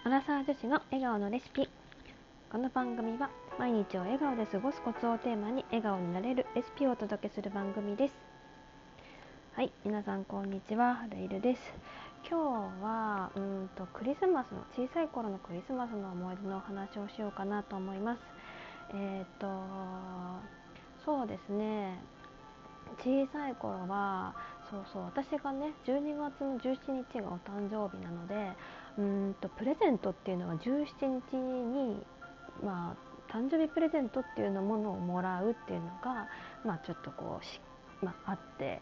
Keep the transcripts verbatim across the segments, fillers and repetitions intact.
アラサー女子の笑顔のレシピ。この番組は毎日を笑顔で過ごすコツをテーマに笑顔になれるレシピをお届けする番組です。はい、皆さんこんにちは、レイルです。今日はうんとクリスマスの小さい頃のクリスマスの思い出のお話をしようかなと思います。えっ、ー、とそうですね小さい頃はそうそう私がねじゅうにがつのじゅうしちにちがお誕生日なので、うーんとプレゼントっていうのはじゅうしちにちにまあ誕生日プレゼントっていうのものをもらうっていうのがまあちょっとこうし、まあ、あって、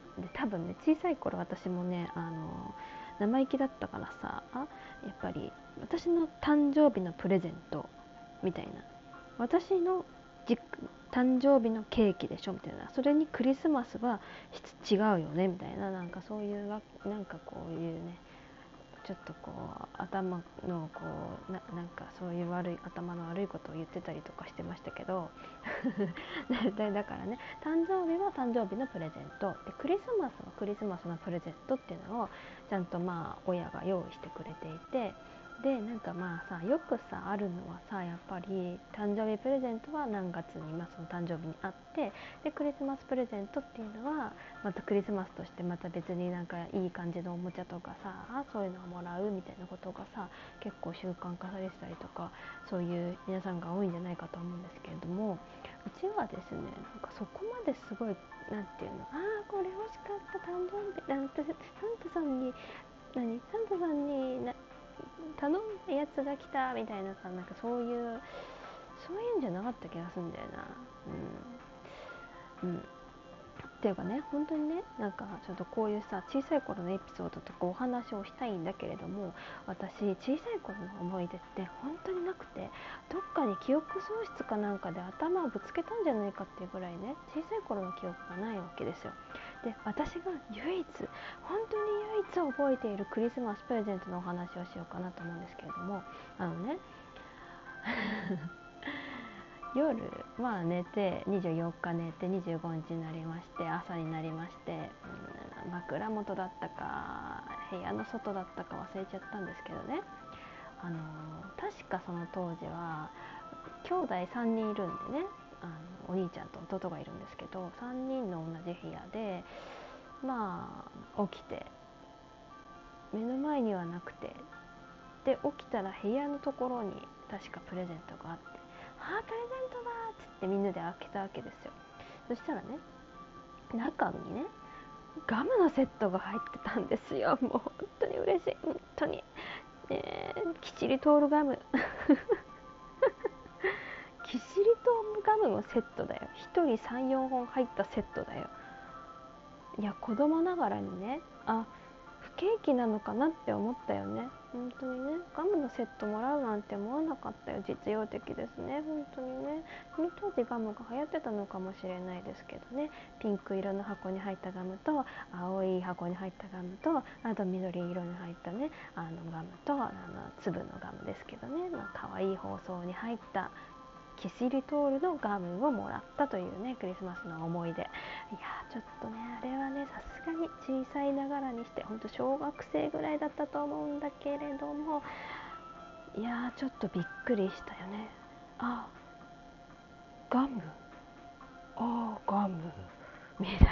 で多分ね小さい頃私もねあの生意気だったからさ、やっぱり私の誕生日のプレゼントみたいな、私の誕生日のケーキでしょみたいな、それにクリスマスは違うよねみたいな、なんかそういうなんかこういうねちょっとこう頭のこう な, なんかそういう悪い頭の悪いことを言ってたりとかしてましたけどでだからね誕生日は誕生日のプレゼントで、クリスマスはクリスマスのプレゼントっていうのをちゃんとまあ親が用意してくれていて、でなんかまあさよくさあるのはさ、やっぱり誕生日プレゼントは何月に、まあ、その誕生日にあって、でクリスマスプレゼントっていうのはまたクリスマスとしてまた別になんかいい感じのおもちゃとかさ、そういうのをもらうみたいなことがさ結構習慣化されてたりとか、そういう皆さんが多いんじゃないかと思うんですけれども、うちはですねなんかそこまですごいなんていうの、ああこれ欲しかった誕生日なんてサンタさんに何サンタさんにな頼んだやつが来たみたいなさ、なんかそういうそういうんじゃなかった気がするんだよな。うん、うん、っていうかね本当にね、なんかちょっとこういうさ小さい頃のエピソードとかお話をしたいんだけれども、私小さい頃の思い出って本当になくて、どっかに記憶喪失かなんかで頭をぶつけたんじゃないかっていうぐらいね小さい頃の記憶がないわけですよ。で私が唯一本当に唯一覚えているクリスマスプレゼントのお話をしようかなと思うんですけれども、あのね夜まあ寝てにじゅうよっか寝てにじゅうごにちになりまして、朝になりまして、うん、枕元だったか部屋の外だったか忘れちゃったんですけどね、あの確かその当時は兄弟さんにんいるんでね、あのお兄ちゃんと弟がいるんですけど、さんにんの同じ部屋でまあ起きて目の前にはなくて、で起きたら部屋のところに確かプレゼントがあって、あープレゼントだーっつってみんなで開けたわけですよ。そしたらね中にねガムのセットが入ってたんですよ。もう本当に嬉しい、本当に、えー、キシリトールガムキシリトールガムのセットだよ。ひとりさん、よんほん入ったセットだよ。いや子供ながらにね、あ不景気なのかなって思ったよね。本当にねガムのセットもらうなんて思わなかったよ。実用的ですね本当にね。その当時ガムが流行ってたのかもしれないですけどね、ピンク色の箱に入ったガムと青い箱に入ったガムと、あと緑色に入ったねあのガムと、あの粒のガムですけどね、まあ可愛い包装に入ったキシリトールのガムをもらったというねクリスマスの思い出。いやちょっとねあれはねさすがに小さいながらにして本当小学生ぐらいだったと思うんだけれども、いやちょっとびっくりしたよね。あガムあガムみたい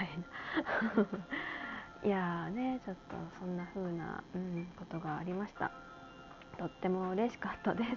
ないやーねちょっとそんな風な、うん、ことがありました。とっても嬉しかったです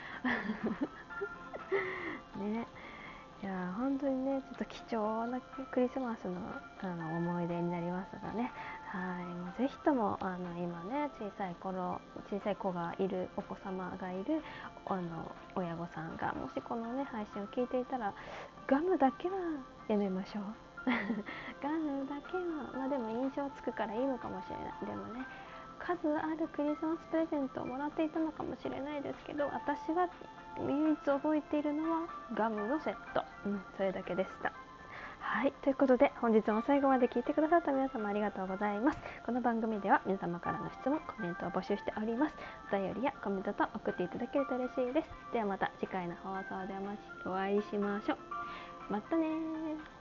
ね。いや本当にねちょっと貴重なクリスマスの、あの思い出になりますがね、はいもうぜひともあの今ね小さい頃小さい子がいるお子様がいるあの親御さんがもしこのね配信を聞いていたら、ガムだけはやめましょうガムだけはまあでも印象つくからいいのかもしれない。でもね数あるクリスマスプレゼントをもらっていたのかもしれないですけど、私は唯一覚えているのはガムのセット、うん、それだけでした。はい、ということで本日も最後まで聞いてくださった皆様ありがとうございます。この番組では皆様からの質問コメントを募集しております。お便りやコメントと送っていただけると嬉しいです。ではまた次回の放送でお会いしましょう。またねー。